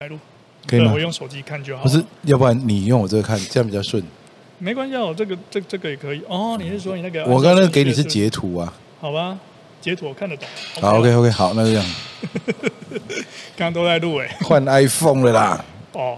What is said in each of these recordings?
来录可以吗？ 我用手机看就好。 不是，要不然你用我这个看，这样比较顺。 没关系啊，这个也可以。哦，你是说你那个？ 我刚刚给你是截图啊。 好吧，截图我看得懂。 好 ，OK， 好，那就这样。 刚刚都在录哎。 换 iPhone 了啦。 哦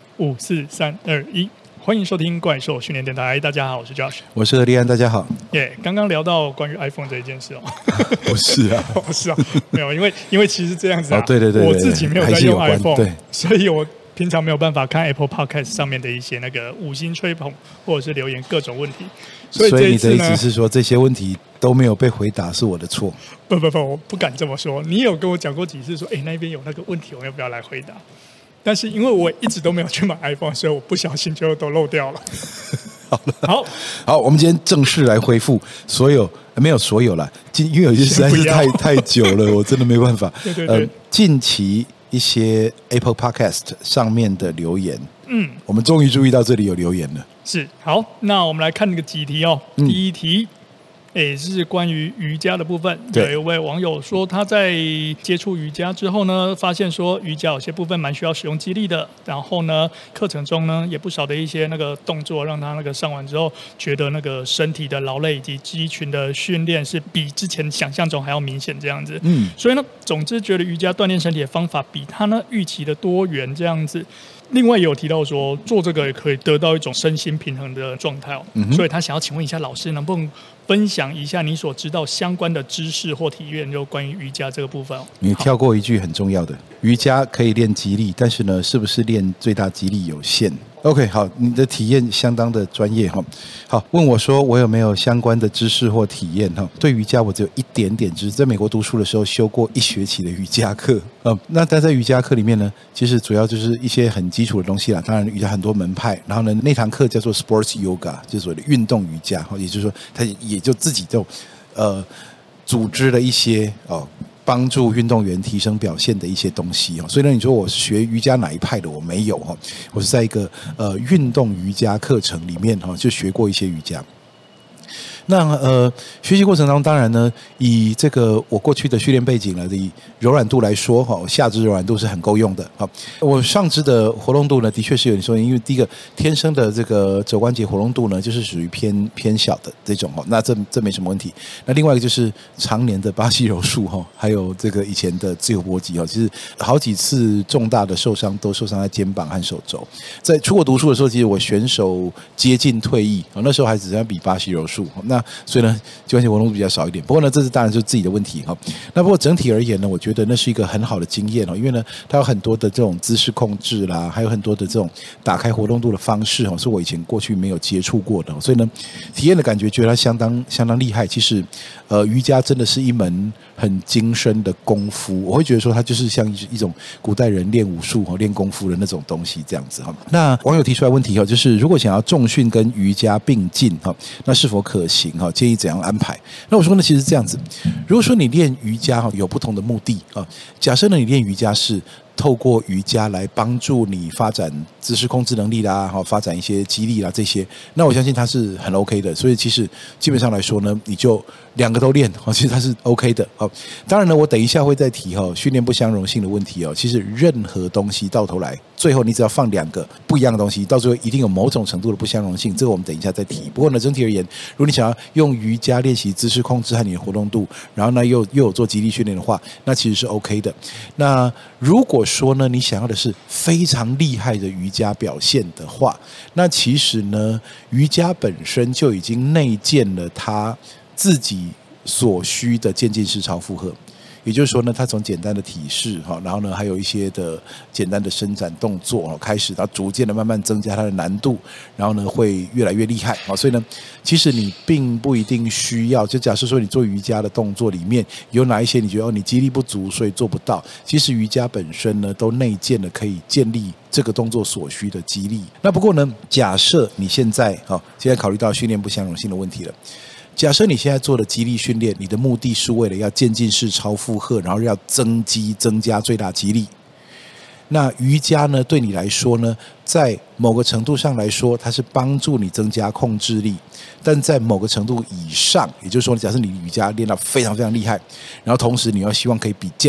，5、4、3、2、1。欢迎收听怪兽训练电台，大家好，我是 Josh， 我是何立安，大家好。 刚刚聊到关于 iPhone 这一件事哦， 不是啊， 不是啊，没有，因为其实这样子啊， 对， 我自己没有在用 iPhone， 对， 所以我平常没有办法看 Apple Podcast 上面的一些那个五星吹捧或者是留言各种问题， 所以你的意思是说这些问题都没有被回答是我的错？ 不，我不敢这么说。你有跟我讲过几次说，那边有那个问题，我要不要来回答？但是因为我一直都没有去买 iPhone， 所以我不小心就都漏掉了。 好，我们今天正式来恢复所有没有所有啦，因为有些实在是太久了，我真的没办法。 对， 近期一些 Apple Podcast 上面的留言，我们终于注意到这里有留言了。 是，好，那我们来看那个几题哦。第一题。是关于瑜伽的部分。有一位网友说，他在接触瑜伽之后呢，发现说瑜伽有些部分蛮需要使用肌力的。然后呢，课程中呢也不少的一些那个动作，让他那个上完之后，觉得那个身体的劳累以及肌群的训练是比之前想象中还要明显这样子。所以呢，总之觉得瑜伽锻炼身体的方法比他呢预期的多元这样子。另外也有提到说，做这个也可以得到一种身心平衡的状态所以他想要请问一下老师，能不能分享一下你所知道相关的知识或体验，就关于瑜伽这个部分你跳过一句很重要的，瑜伽可以练肌力，但是呢，是不是练最大肌力有限？OK， 好，你的体验相当的专业哈。好，问我说我有没有相关的知识或体验哈？对瑜伽我只有一点点知识，在美国读书的时候修过1学期的瑜伽课那但在瑜伽课里面呢，其实主要就是一些很基础的东西啦。当然瑜伽很多门派，然后呢那堂课叫做 Sports Yoga， 就是所谓的运动瑜伽，也就是说它也就自己就组织了一些帮助运动员提升表现的一些东西所以呢，你说我学瑜伽哪一派的？我没有我是在一个运动瑜伽课程里面就学过一些瑜伽。那学习过程当中，当然呢，以这个我过去的训练背景呢，以柔软度来说下肢柔软度是很够用的我上肢的活动度呢，的确是有点说，因为第一个天生的这个肘关节活动度呢，就是属于偏小的这种那这没什么问题。那另外一个就是常年的巴西柔术还有这个以前的自由搏击其实好几次重大的受伤都受伤在肩膀和手肘。在出国读书的时候，其实我选手接近退役那时候还只在比巴西柔术那所以呢，肩关节活动度比较少一点。不过呢，这是当然就是自己的问题那不过整体而言呢，我觉得那是一个很好的经验因为呢，它有很多的这种姿势控制啦，还有很多的这种打开活动度的方式是我以前过去没有接触过的。所以呢，体验的感觉觉得它相当厉害。其实瑜伽真的是一门很精深的功夫，我会觉得说它就是像一种古代人练武术练功夫的那种东西这样子那网友提出来问题就是如果想要重训跟瑜伽并进那是否可行建议怎样安排？那我说呢，其实这样子，如果说你练瑜伽有不同的目的假设呢你练瑜伽是透过瑜伽来帮助你发展姿势控制能力啦发展一些肌力啦这些，那我相信它是很 OK 的。所以其实基本上来说呢，你就两个都练其实它是 OK 的当然呢，我等一下会再提训练不相容性的问题其实任何东西到头来最后你只要放两个不一样的东西，到最后一定有某种程度的不相容性，这个我们等一下再提。不过呢，整体而言，如果你想要用瑜伽练习姿势控制和你的活动度，然后呢又有做肌力训练的话，那其实是 OK 的。那如果说呢你想要的是非常厉害的瑜伽表现的话，那其实呢瑜伽本身就已经内建了它自己所需的渐进式超负荷。也就是说呢，它从简单的体式然后呢还有一些的简单的伸展动作开始，它逐渐的慢慢增加它的难度，然后呢会越来越厉害所以呢，其实你并不一定需要，就假设说你做瑜伽的动作里面有哪一些你觉得你肌力不足所以做不到，其实瑜伽本身呢都内建了可以建立这个动作所需的肌力。那不过呢，假设你现在考虑到训练不相容性的问题了。假设你现在做的肌力训练，你的目的是为了要渐进式超负荷，然后要增加最大肌力。那瑜伽呢，对你来说呢，在某个程度上来说，它是帮助你增加控制力，但在某个程度以上，也就是说，假设你瑜伽练到非常非常厉害，然后同时你要希望可以比健力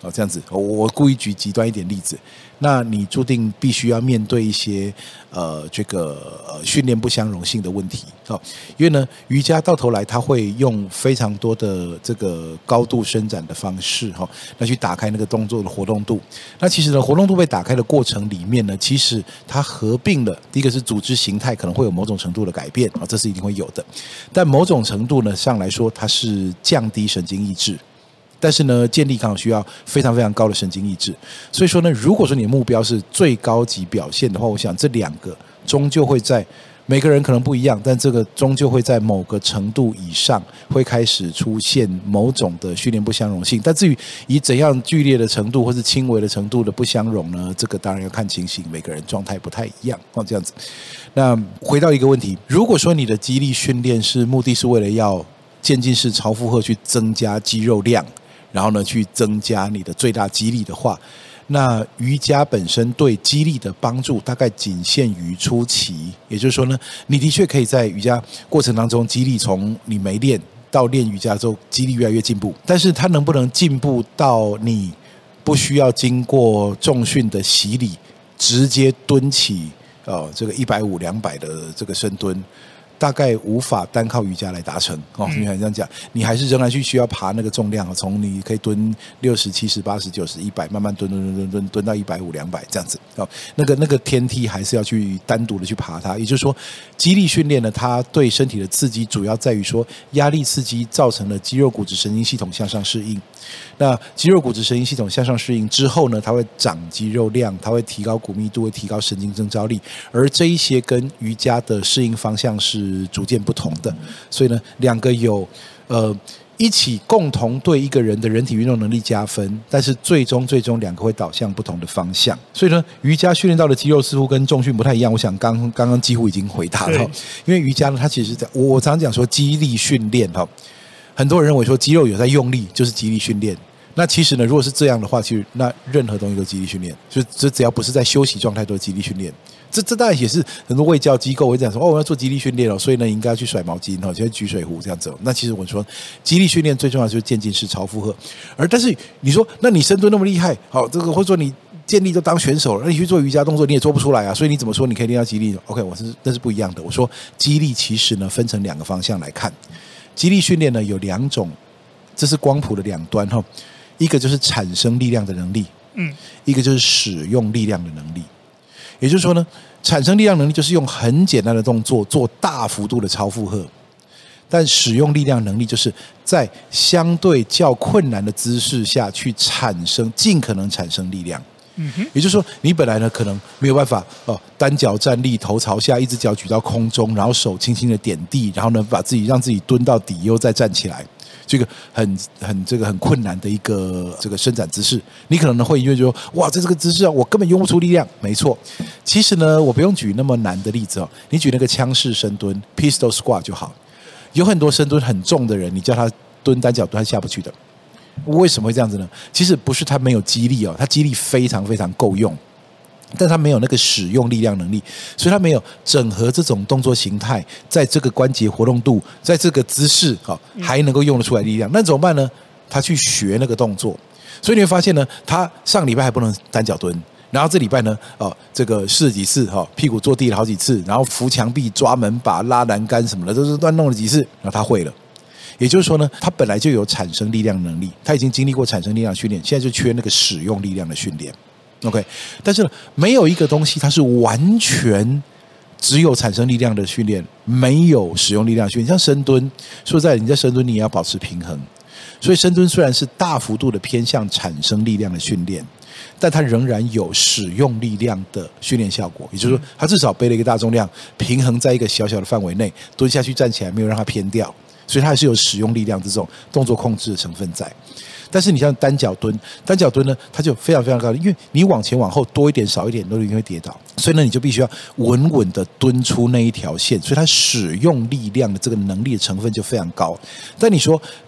这样子，我故意举极端一点例子，那你注定必须要面对一些训练不相容性的问题，因为呢瑜伽到头来它会用非常多的这个高度伸展的方式那去打开那个动作的活动度。那其实呢活动度被打开的过程里面呢，其实它合并了第一个是组织形态可能会有某种程度的改变，这是一定会有的，但某种程度呢上来说它是降低神经抑制，但是呢建立刚好需要非常非常高的神经抑制。所以说呢，如果说你的目标是最高级表现的话，我想这两个终究会在每个人可能不一样，但这个终究会在某个程度以上会开始出现某种的训练不相容性。但至于以怎样剧烈的程度或是轻微的程度的不相容呢，这个当然要看情形，每个人状态不太一样这样子。那回到一个问题，如果说你的肌力训练是目的是为了要渐进式超负荷去增加肌肉量，然后呢去增加你的最大肌力的话，那瑜伽本身对肌力的帮助大概仅限于初期。也就是说呢，你的确可以在瑜伽过程当中，肌力从你没练到练瑜伽之后，肌力越来越进步，但是它能不能进步到你不需要经过重训的洗礼，直接蹲起这个150、200的这个深蹲，大概无法单靠瑜伽来达成因为这样讲，你还是仍然需要爬那个重量，从你可以蹲60、70、80、90、100，慢慢蹲到150、200这样子那个天梯还是要去单独的去爬它。也就是说，肌力训练呢，它对身体的刺激主要在于说，压力刺激造成了肌肉骨质神经系统向上适应。那肌肉骨质神经系统向上适应之后呢，它会长肌肉量，它会提高骨密度，会提高神经征召力，而这一些跟瑜伽的适应方向是逐渐不同的。所以呢，两个有一起共同对一个人的人体运动能力加分，但是最终两个会导向不同的方向。所以呢，瑜伽训练到的肌肉似乎跟重训不太一样。我想刚刚几乎已经回答了，因为瑜伽呢，它其实在我常讲说肌力训练很多人认为说肌肉有在用力就是肌力训练，那其实呢，如果是这样的话，其实那任何东西都肌力训练，就这只要不是在休息状态都是肌力训练。这当然也是很多卫教机构会讲说，我要做肌力训练所以呢应该要去甩毛巾就要举水壶这样子那其实我说肌力训练最重要的就是渐进式超负荷。但是你说那你深蹲那么厉害这个或者说你健力都当选手了，那你去做瑜伽动作你也做不出来啊，所以你怎么说你可以练到肌力 OK， 那是不一样的。我说肌力其实呢分成两个方向来看，肌力训练呢有两种，这是光谱的两端一个就是产生力量的能力，一个就是使用力量的能力。也就是说呢，产生力量能力就是用很简单的动作做大幅度的超负荷，但使用力量能力就是在相对较困难的姿势下去尽可能产生力量。也就是说，你本来呢可能没有办法单脚站立，头朝下，一只脚举到空中，然后手轻轻的点地，然后呢让自己蹲到底，又再站起来。这个很困难的一个这个伸展姿势，你可能呢会因为说哇，在这个姿势我根本用不出力量。没错，其实呢我不用举那么难的例子你举那个枪式深蹲 pistol squat 就好。有很多深蹲很重的人，你叫他蹲单脚蹲他下不去的。为什么会这样子呢？其实不是他没有肌力他肌力非常非常够用，但他没有那个使用力量能力，所以他没有整合这种动作形态，在这个关节活动度，在这个姿势还能够用得出来力量。那怎么办呢？他去学那个动作。所以你会发现呢，他上礼拜还不能单脚蹲，然后这礼拜呢这个试了几次屁股坐地了好几次，然后扶墙壁、抓门把、拉栏杆什么的都是乱弄了几次，然后他会了。也就是说呢，他本来就有产生力量能力，他已经经历过产生力量训练，现在就缺那个使用力量的训练。OK， 但是没有一个东西它是完全只有产生力量的训练，没有使用力量的训练。像深蹲，说实在你在深蹲你也要保持平衡，所以深蹲虽然是大幅度的偏向产生力量的训练，但它仍然有使用力量的训练效果。也就是说，它至少背了一个大重量，平衡在一个小小的范围内，蹲下去站起来没有让它偏掉，所以它还是有使用力量这种动作控制的成分在。但是你像单脚蹲呢，它就非常非常高，因为你往前往后多一点少一点都一定会跌倒，所以呢你就必须要稳稳的蹲出那一条线，所以它使用力量的这个能力的成分就非常高。但你说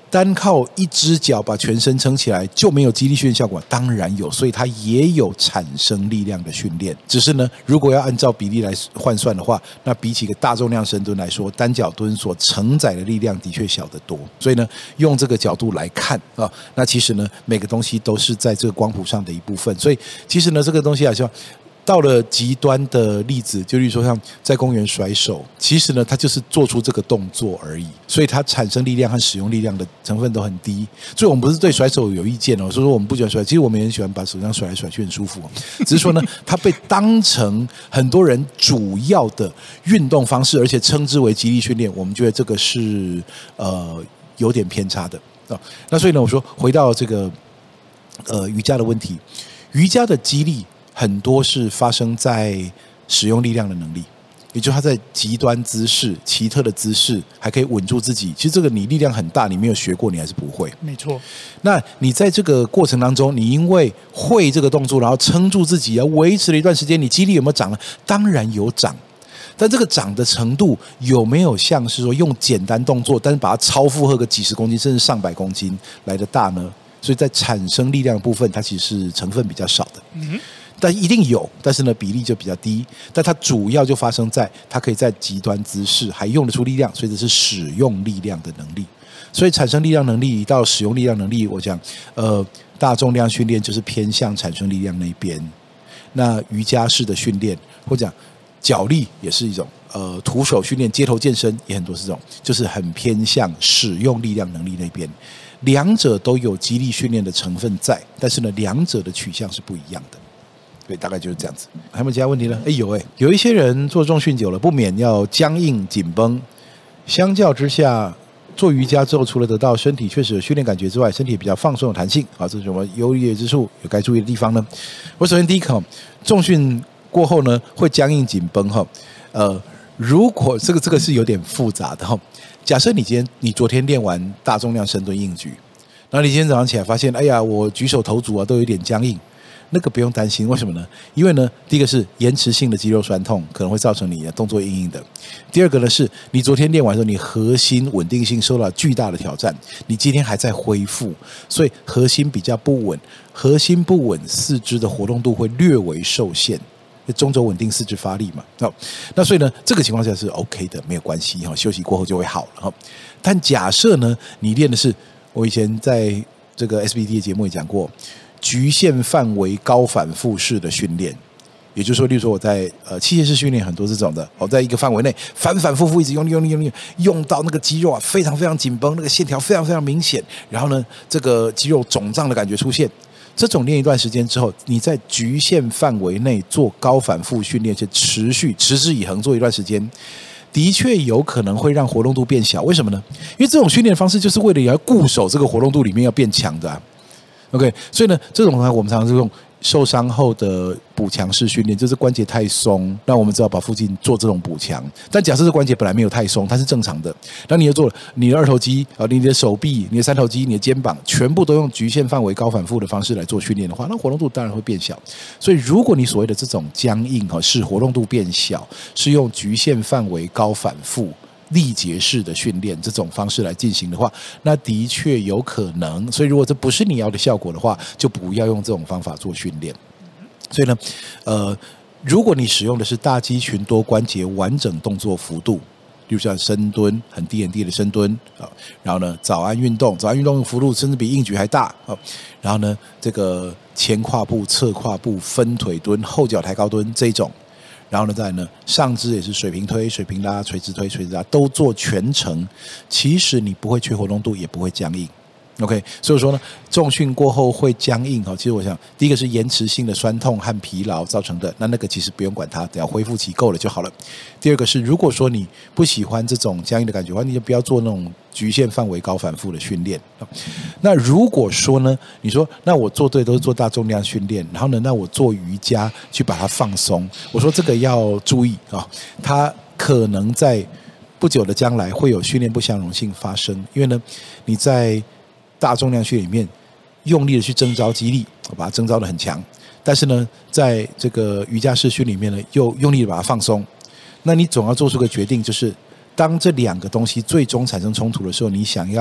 单靠一只脚把全身撑起来就没有肌力训练效果？当然有，所以它也有产生力量的训练。只是呢，如果要按照比例来换算的话，那比起一个大重量深蹲来说，单脚蹲所承载的力量的确小得多。所以呢，用这个角度来看啊，那其实呢，每个东西都是在这个光谱上的一部分。所以其实呢，这个东西来说，到了极端的例子，就例如说像在公园甩手，其实呢，它就是做出这个动作而已，所以它产生力量和使用力量的成分都很低。所以我们不是对甩手有意见哦，所以说我们不喜欢甩，其实我们也很喜欢把手这样甩来甩去，很舒服。只是说呢，它被当成很多人主要的运动方式，而且称之为肌力训练，我们觉得这个是有点偏差的啊。那所以呢，我说回到这个瑜伽的问题，瑜伽的肌力很多是发生在使用力量的能力，也就是他在极端姿势、奇特的姿势还可以稳住自己。其实这个你力量很大，你没有学过，你还是不会。 没错。 那你在这个过程当中，你因为会这个动作，然后撑住自己，维持了一段时间，你肌力有没有涨呢？当然有涨。但这个涨的程度有没有像是说用简单动作，但是把它超负荷个几十公斤甚至上百公斤来的大呢？所以在产生力量的部分，它其实是成分比较少的。但一定有，但是呢比例就比较低。但它主要就发生在它可以在极端姿势还用得出力量，所以这是使用力量的能力。所以产生力量能力到使用力量能力，我讲大重量训练就是偏向产生力量那边。那瑜伽式的训练或讲脚力也是一种，徒手训练、街头健身也很多是这种，就是很偏向使用力量能力那边。两者都有肌力训练的成分在，但是呢，两者的取向是不一样的。对，大概就是这样子。还有没有其他问题呢？有一些人做重训久了，不免要僵硬紧绷。相较之下，做瑜伽之后，除了得到身体确实有训练感觉之外，身体也比较放松有弹性。好，这是什么优劣之处？有该注意的地方呢？我首先第一个，重训过后呢，会僵硬紧绷哈。如果这个是有点复杂的哈。假设你昨天练完大重量深蹲硬举，然后你今天早上起来发现，哎呀，我举手投足都有点僵硬，那个不用担心，为什么呢？因为呢，第一个是延迟性的肌肉酸痛，可能会造成你的动作硬硬的；第二个呢，是你昨天练完之后，你核心稳定性受到巨大的挑战，你今天还在恢复，所以核心比较不稳，四肢的活动度会略微受限。中轴稳定，四肢发力嘛，那所以呢，这个情况下是 OK 的，没有关系，休息过后就会好了。但假设呢，你练的是我以前在这个 SBD 的节目也讲过，局限范围高反复式的训练，也就是说，例如说我在器械式训练很多这种的，在一个范围内反反复复一直用到那个肌肉非常非常紧绷，那个线条非常非常明显，然后呢，这个肌肉肿胀的感觉出现。这种练一段时间之后，你在局限范围内做高反复训练，且持之以恒做一段时间，的确有可能会让活动度变小。为什么呢？因为这种训练方式就是为了要固守这个活动度里面要变强的OK， 所以呢，这种呢，我们常常是用受伤后的补强式训练，就是关节太松，那我们只好把附近做这种补强。但假设这关节本来没有太松，它是正常的，那你又做了你的二头肌你的手臂、你的三头肌、你的肩膀，全部都用局限范围高反复的方式来做训练的话，那活动度当然会变小。所以如果你所谓的这种僵硬是活动度变小，是用局限范围高反复力竭式的训练这种方式来进行的话，那的确有可能。所以如果这不是你要的效果的话，就不要用这种方法做训练。所以呢，如果你使用的是大肌群多关节完整动作幅度，例如像深蹲，很低很低的深蹲然后呢，早安运动幅度甚至比硬举还大然后呢，这个前胯部、侧胯部、分腿蹲、后脚抬高蹲这种。然后呢，再来呢，上肢也是水平推、水平拉、垂直推、垂直拉都做全程，其实你不会缺活动度，也不会僵硬。OK， 所以说呢，重训过后会僵硬其实我想，第一个是延迟性的酸痛和疲劳造成的，那个其实不用管它，等下恢复期够了就好了。第二个是，如果说你不喜欢这种僵硬的感觉的话，你就不要做那种局限范围高反复的训练。那如果说呢，你说那我做对都是做大重量训练，然后呢，那我做瑜伽去把它放松，我说这个要注意它可能在不久的将来会有训练不相容性发生，因为呢，你在大重量训练里面用力的去征召肌力，把它征召的很强，但是呢，在这个瑜伽式训里面呢，又用力的把它放松。那你总要做出个决定，就是当这两个东西最终产生冲突的时候，你想要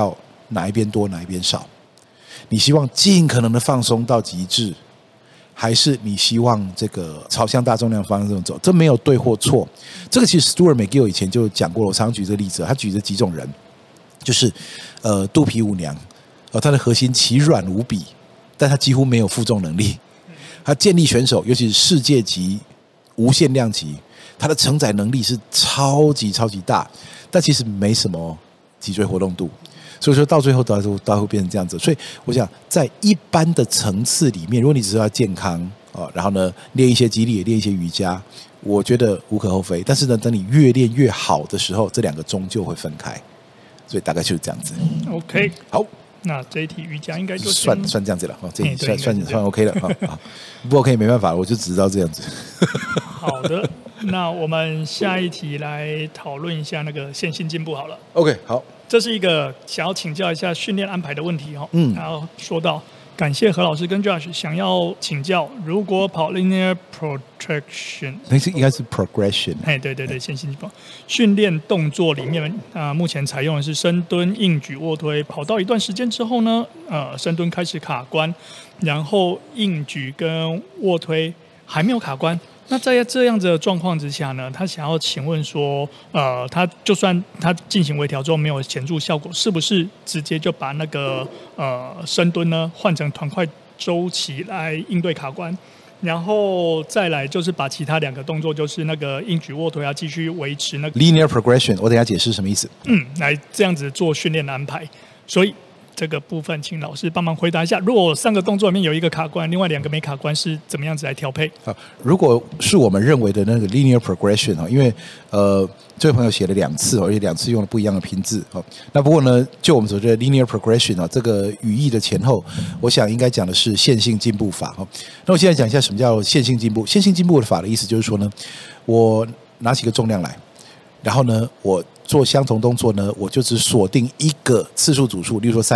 哪一边多哪一边少？你希望尽可能的放松到极致，还是你希望这个朝向大重量方向走？这没有对或错。这个其实 Stuart McGill 以前就讲过了，我常举这个例子，他举着几种人，就是肚皮舞娘，他的核心奇软无比，但他几乎没有负重能力。他健力选手，尤其是世界级、无限量级，他的承载能力是超级超级大，但其实没什么脊椎活动度，所以说到最后都会变成这样子。所以我想，在一般的层次里面，如果你只是要健康然后呢练一些肌力，也练一些瑜伽，我觉得无可厚非。但是呢，等你越练越好的时候，这两个终究会分开。所以大概就是这样子。 OK， 好。 那这一题瑜伽应该就算这样子了，这一题算 OK 了不 OK 没办法，我就只知道这样子。 好的，那我们下一题来讨论一下那个线性进步好了。 OK， 好， 这是一个想要请教一下训练安排的问题然后说到，感谢何老师跟 Josh， 想要请教，如果跑 linear protraction， 那应该是 progression。 对，线性进步训练动作里面目前采用的是深蹲、硬举、卧推，跑到一段时间之后呢，深蹲开始卡关，然后硬举跟卧推还没有卡关。那在这样子的状况之下呢，他想要请问说，他就算他进行微调之后没有显著效果，是不是直接就把那个深蹲呢换成团块周期来应对卡关？然后再来就是把其他两个动作，就是那个硬举、卧推继续维持那个 linear progression。我等一下解释什么意思。 来这样子做训练的安排。所以这个部分请老师帮忙回答一下，如果3个动作里面有一个卡关，另外2个没卡关，是怎么样子来调配？ 如果是我们认为的那个 linear progression， 因为这位朋友写了2次，而且2次用了不一样的拼字。那不过呢，就我们所谓的 linear progression 这个语义的前后，我想应该讲的是线性进步法。那我现在讲一下什么叫线性进步。线性进步的法的意思就是说呢，我拿起个重量来，然后呢，我做相同动作呢，我就只锁定一个次数组数，例如说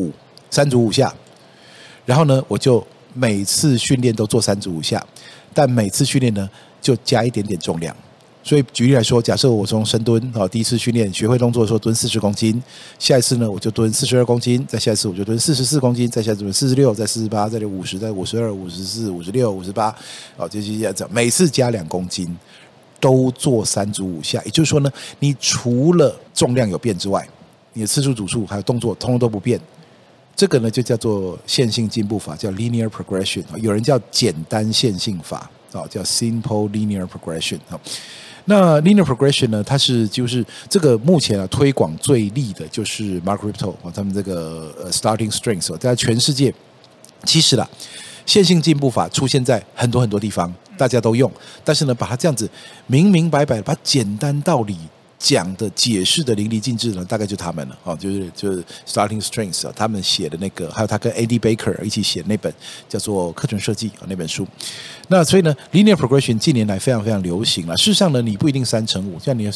3组5下，然后呢，我就每次训练都做3组5下，但每次训练呢就加一点点重量。所以举例来说，假设我从深蹲第一次训练学会动作的时候蹲40公斤，下一次呢我就蹲42公斤，再下一次我就蹲44公斤，再下一次蹲46，再48，再50，再52、54、56、58，就是这样，每次加2公斤。都做3组5下，也就是说呢，你除了重量有变之外，你的次数组数还有动作通通都不变。这个呢就叫做线性进步法，叫 linear progression。有人叫简单线性法，叫 simple linear progression。那 linear progression 呢，它是就是这个目前推广最力的就是 Mark Rippetoe 他们这个starting strength， 在全世界其实啦。线性进步法出现在很多很多地方，大家都用，但是呢，把它这样子明明白白，把简单道理讲的、解释的淋漓尽致呢，大概就他们了就是 Starting Strength 他们写的那个，还有他跟 Andy Baker 一起写的那本叫做课程设计那本书。那所以呢 ，Linear Progression 近年来非常非常流行了。事实上呢，你不一定3×5，像你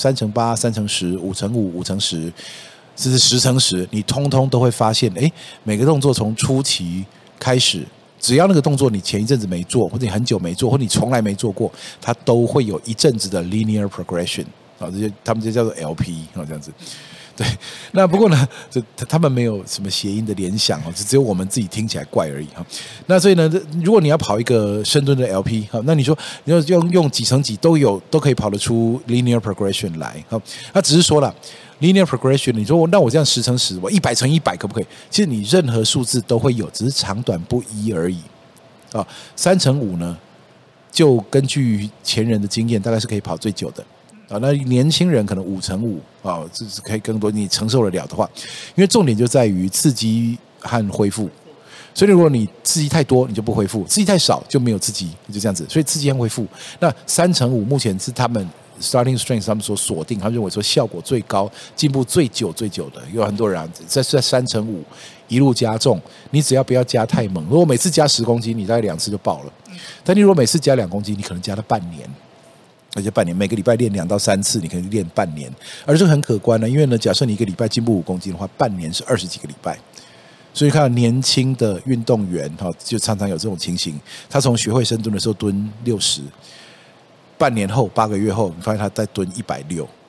3×8、3×10、5×5、5×10，甚至10×10，你通通都会发现，每个动作从初期开始。只要那个动作你前一阵子没做，或者你很久没做，或者你从来没做过，它都会有一阵子的 linear progression 他们就叫做 LP 这样子。对，那不过呢，他们没有什么谐音的联想只有我们自己听起来怪而已那所以呢，如果你要跑一个深蹲的 LP 那你说你要用几乘几都可以跑得出 linear progression 来那只是说了。Linear progression， 你说那我这样10×10，我100×100可不可以？其实你任何数字都会有，只是长短不一而已。3×5呢，就根据前人的经验，大概是可以跑最久的。那年轻人可能5×5这是可以更多，你承受得了的话，因为重点就在于刺激和恢复。所以如果你刺激太多，你就不恢复；刺激太少就没有刺激，就这样子。所以刺激和恢复，那3×5目前是他们。Starting Strength 他们所锁定，他们认为说效果最高、进步最久的，有很多人在3×5一路加重，你只要不要加太猛。如果每次加10公斤，你大概2次就爆了。但你如果每次加2公斤，你可能加了半年，而且半年每个礼拜练2到3次，你可能练半年，而这很可观呢。因为呢，假设你一个礼拜进步5公斤的话，半年是20几个礼拜。所以看到年轻的运动员就常常有这种情形，他从学会深蹲的时候蹲60。半年后8个月后，你发现他再蹲160，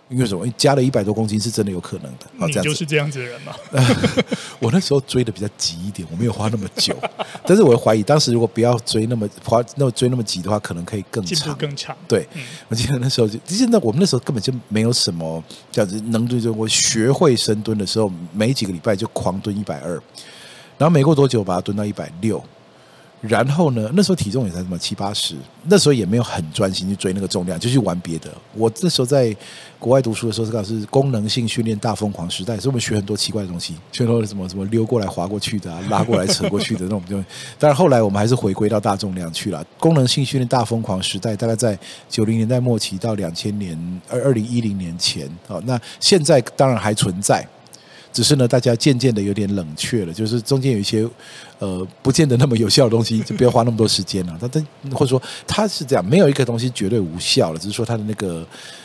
因为什么？因为加了100多公斤是真的有可能的。 你就是这样子的人嘛？ 我那时候追的比较急一点，我没有花那么久。但是我怀疑，当时如果不要追那么急的话，可能可以更长， 进步更长。 对，我记得那时候其实我们那时候根本就没有什么这样子能对。我学会深蹲的时候，没几个礼拜就狂蹲120，然后没过多久把它蹲到160。然后呢，那时候体重也才什么70、80，那时候也没有很专心去追那个重量，就去玩别的。我那时候在国外读书的时候，是功能性训练大疯狂时代，所以我们学很多奇怪的东西，学很多什么溜过来滑过去的拉过来扯过去的那种。当然后来我们还是回归到大重量去了。功能性训练大疯狂时代大概在90年代末期到2000年2010年前。那现在当然还存在。只是呢，大家渐渐的有点冷却了，就是中间有一些不见得那么有效的东西，就不要花那么多时间了。或者说它是这样，没有一个东西绝对无效了，只是说它的那个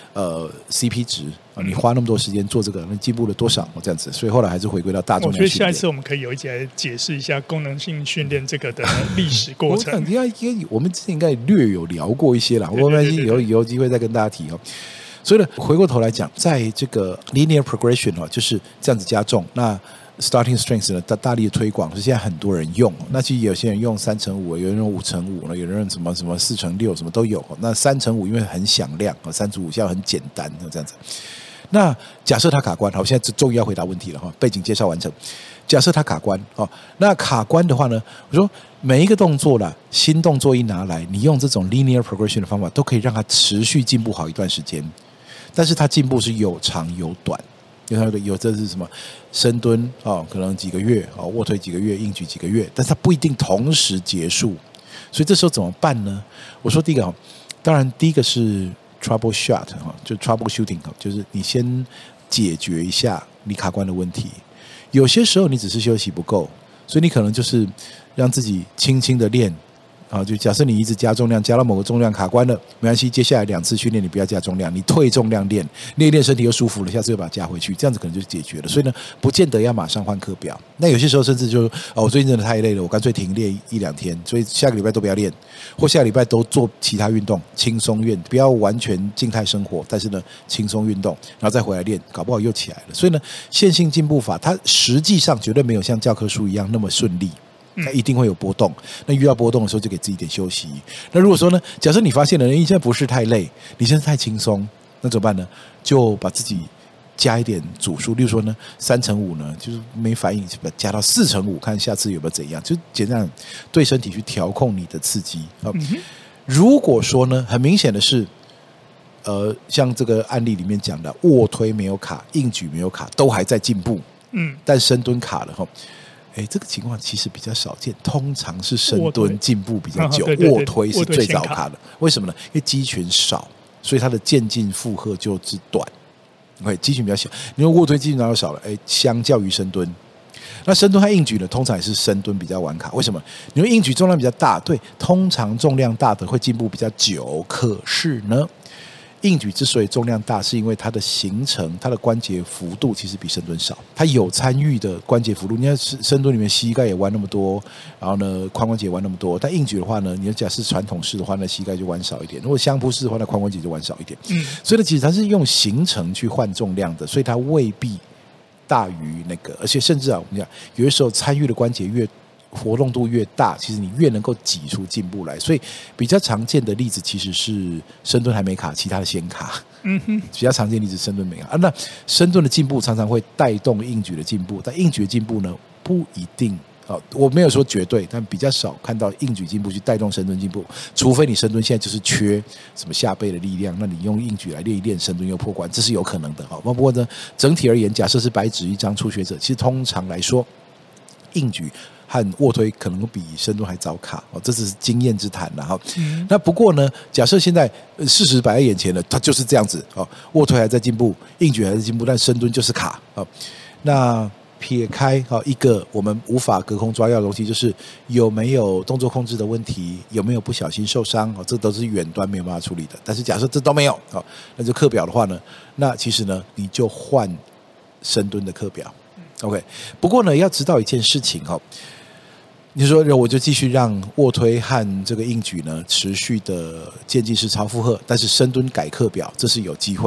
CP 值你花那么多时间做这个，那进步了多少这样子，所以后来还是回归到大众量训练。 我觉得下一次我们可以有一集来解释一下功能性训练这个的历史过程。 我们之前应该略有聊过一些啦，我们有机会再跟大家提。所以呢，回过头来讲，在这个 linear progression 就是这样子加重。那 starting strength 呢，大力的推广，是现在很多人用。那其实有些人用3×5，有人用5×5，有人用什么4×6，什么都有。那3×5因为很响亮，3×5效很简单，这样子。那假设它卡关，好，现在终于要回答问题了哈，背景介绍完成。假设它卡关那卡关的话呢，我说每一个动作啦，新动作一拿来，你用这种 linear progression 的方法，都可以让它持续进步好一段时间。但是它进步是有长有短，有这是什么深蹲可能几个月卧推几个月，硬举几个月，但是它不一定同时结束，所以这时候怎么办呢？我说第一个当然第一个是 troubleshoot 就 troubleshooting 就是你先解决一下你卡关的问题。有些时候你只是休息不够，所以你可能就是让自己轻轻的练。就假设你一直加重量，加到某个重量卡关了，没关系，接下来2次训练你不要加重量，你退重量练一练身体又舒服了，下次又把它加回去，这样子可能就解决了。所以呢，不见得要马上换课表。那有些时候甚至就我最近真的太累了，我干脆停练1-2天，所以下个礼拜都不要练，或下个礼拜都做其他运动，轻松练，不要完全静态生活，但是呢轻松运动，然后再回来练，搞不好又起来了。所以呢，线性进步法它实际上绝对没有像教科书一样那么顺利。它一定会有波动，那遇到波动的时候就给自己一点休息。那如果说呢，假设你发现了你现在不是太累，你现在太轻松，那怎么办呢？就把自己加一点组数，例如说呢3×5呢，就是没反应，加到4×5，看下次有没有怎样，就简单对身体去调控你的刺激。如果说呢，很明显的是，像这个案例里面讲的，卧推没有卡，硬举没有卡，都还在进步，但深蹲卡了这个情况其实比较少见，通常是深蹲进步比较久，卧推是最早卡的。为什么呢？因为肌群少，所以它的渐进负荷就是短。肌群比较小，你说卧推肌群哪有少了？相较于深蹲，那深蹲和硬举呢，通常也是深蹲比较晚卡。为什么？你说硬举重量比较大，对，通常重量大的会进步比较久。可是呢，硬举之所以重量大，是因为它的形成，它的关节幅度其实比深蹲少，它有参与的关节幅度。你看深蹲里面膝盖也弯那么多，然后呢髋关节弯那么多，但硬举的话呢，你假设传统式的话呢，膝盖就弯少一点；如果相扑式的话，那髋关节就弯少一点。所以呢，其实它是用形成去换重量的，所以它未必大于那个，而且甚至我们讲，有的时候参与的关节越活动度越大，其实你越能够挤出进步来。所以比较常见的例子其实是深蹲还没卡，其他的先卡。比较常见的例子深蹲没卡那深蹲的进步常常会带动硬举的进步，但硬举的进步呢不一定。我没有说绝对，但比较少看到硬举进步去带动深蹲进步，除非你深蹲现在就是缺什么下背的力量，那你用硬举来练一练，深蹲又破关，这是有可能的。不过呢，整体而言，假设是白纸一张初学者，其实通常来说，硬举和卧推可能比深蹲还早卡，这只是经验之谈了。那不过呢，假设现在事实摆在眼前了，它就是这样子，卧推还在进步，硬举还在进步，但深蹲就是卡。那撇开一个我们无法隔空抓药的东西，就是有没有动作控制的问题，有没有不小心受伤，这都是远端没有办法处理的。但是假设这都没有，那就课表的话呢，那其实呢你就换深蹲的课表。OK， 不过呢要知道一件事情你说我就继续让卧推和这个硬举呢持续的渐进式超负荷，但是深蹲改课表，这是有机会的。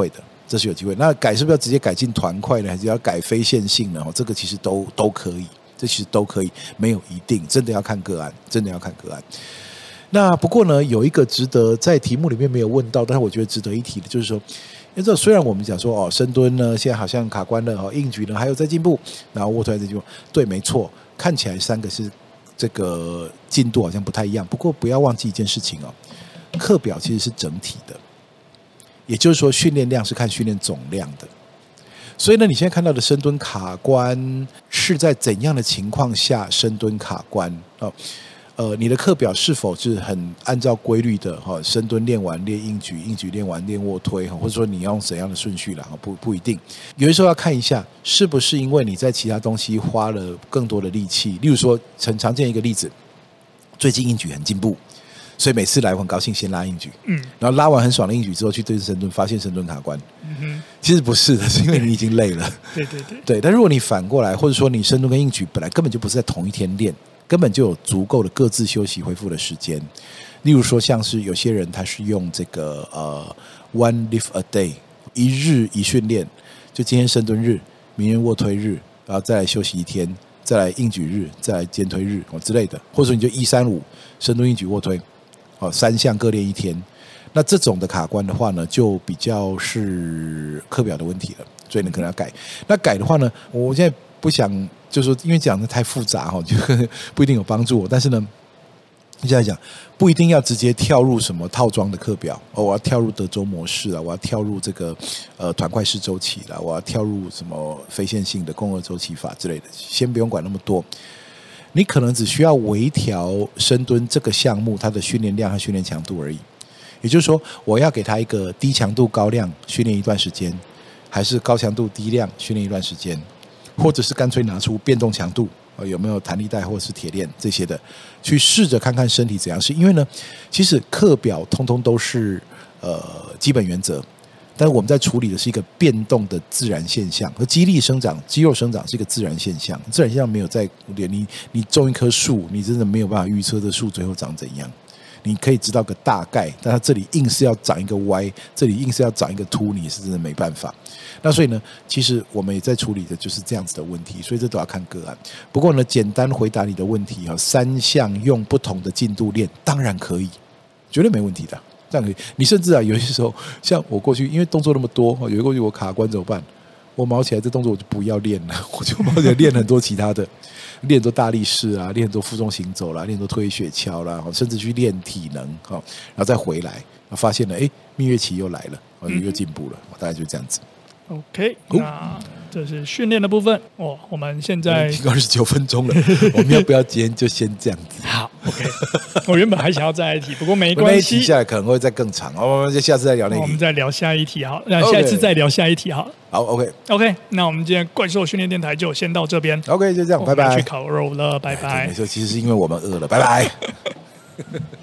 这是有机会。那改是不是要直接改进团块呢，还是要改非线性呢？这个其实都可以，这其实都可以，没有一定，真的要看个案，真的要看个案。那不过呢，有一个值得在题目里面没有问到，但是我觉得值得一提的，就是说，因为虽然我们讲说深蹲呢现在好像卡关了，硬举呢还有在进步，然后卧推在进步，对，没错，看起来3个是这个进度好像不太一样。不过不要忘记一件事情课表其实是整体的，也就是说训练量是看训练总量的。所以呢，你现在看到的深蹲卡关是在怎样的情况下深蹲卡关你的课表是否是很按照规律的深蹲练完练硬举，硬举练完练卧推，或者说你要用怎样的顺序啦，不一定。有的时候要看一下是不是因为你在其他东西花了更多的力气，例如说很常见一个例子，最近硬举很进步，所以每次来我很高兴先拉硬举，然后拉完很爽的硬举之后去对深蹲，发现深蹲卡关，其实不是的，是因为你已经累了。对，但如果你反过来，或者说你深蹲跟硬举本来根本就不是在同一天练，根本就有足够的各自休息恢复的时间。例如说像是有些人他是用这个one lift a day， 一日一训练，就今天深蹲日，明天卧推日，然后再来休息一天，再来硬举日，再来肩推日之类的，或者说你就1-3-5深蹲硬举卧推3项各练1天。那这种的卡关的话呢，就比较是课表的问题了，所以你可能要改。那改的话呢，我现在不想就是说因为讲的太复杂就不一定有帮助我，但是呢现在讲不一定要直接跳入什么套装的课表我要跳入德州模式我要跳入这个团块式周期啦，我要跳入什么非线性的共轭周期法之类的，先不用管那么多。你可能只需要微调深蹲这个项目它的训练量和训练强度而已。也就是说，我要给他一个低强度高量训练一段时间，还是高强度低量训练一段时间，或者是干脆拿出变动强度有没有弹力带或者是铁链这些的，去试着看看身体怎样。是因为呢，其实课表通通都是基本原则，但是我们在处理的是一个变动的自然现象，和肌力生长、肌肉生长是一个自然现象。自然现象没有在你种一棵树，你真的没有办法预测这树最后长怎样。你可以知道个大概，但它这里硬是要长一个歪，这里硬是要长一个凸，你是真的没办法。那所以呢，其实我们也在处理的就是这样子的问题，所以这都要看个案。不过呢，简单回答你的问题3项用不同的进度练，当然可以，绝对没问题的，这样可以。你甚至有些时候，像我过去因为动作那么多，有一过去我卡关怎么办？我毛起来这动作我就不要练了，我就毛起来练很多其他的，练很多大力士啊，练很多负重行走啦，练很多推雪橇啦，甚至去练体能然后再回来，发现了蜜月期又来了，又进步了，大概就这样子。 OK， 那这是训练的部分我们现在已经29分钟了，我们要不要今天就先这样子？ 好 ，OK。我原本还想要再来一题，不过没关系， 那一题下来可能会再更长，我们就下次再聊那一题。 我们再聊下一题好，那下一次再聊下一题好。 好 ，OK， 那我们今天怪兽训练电台就先到这边。 OK， 就这样，拜拜。 去烤肉了，拜拜。 没错，其实是因为我们饿了，拜拜。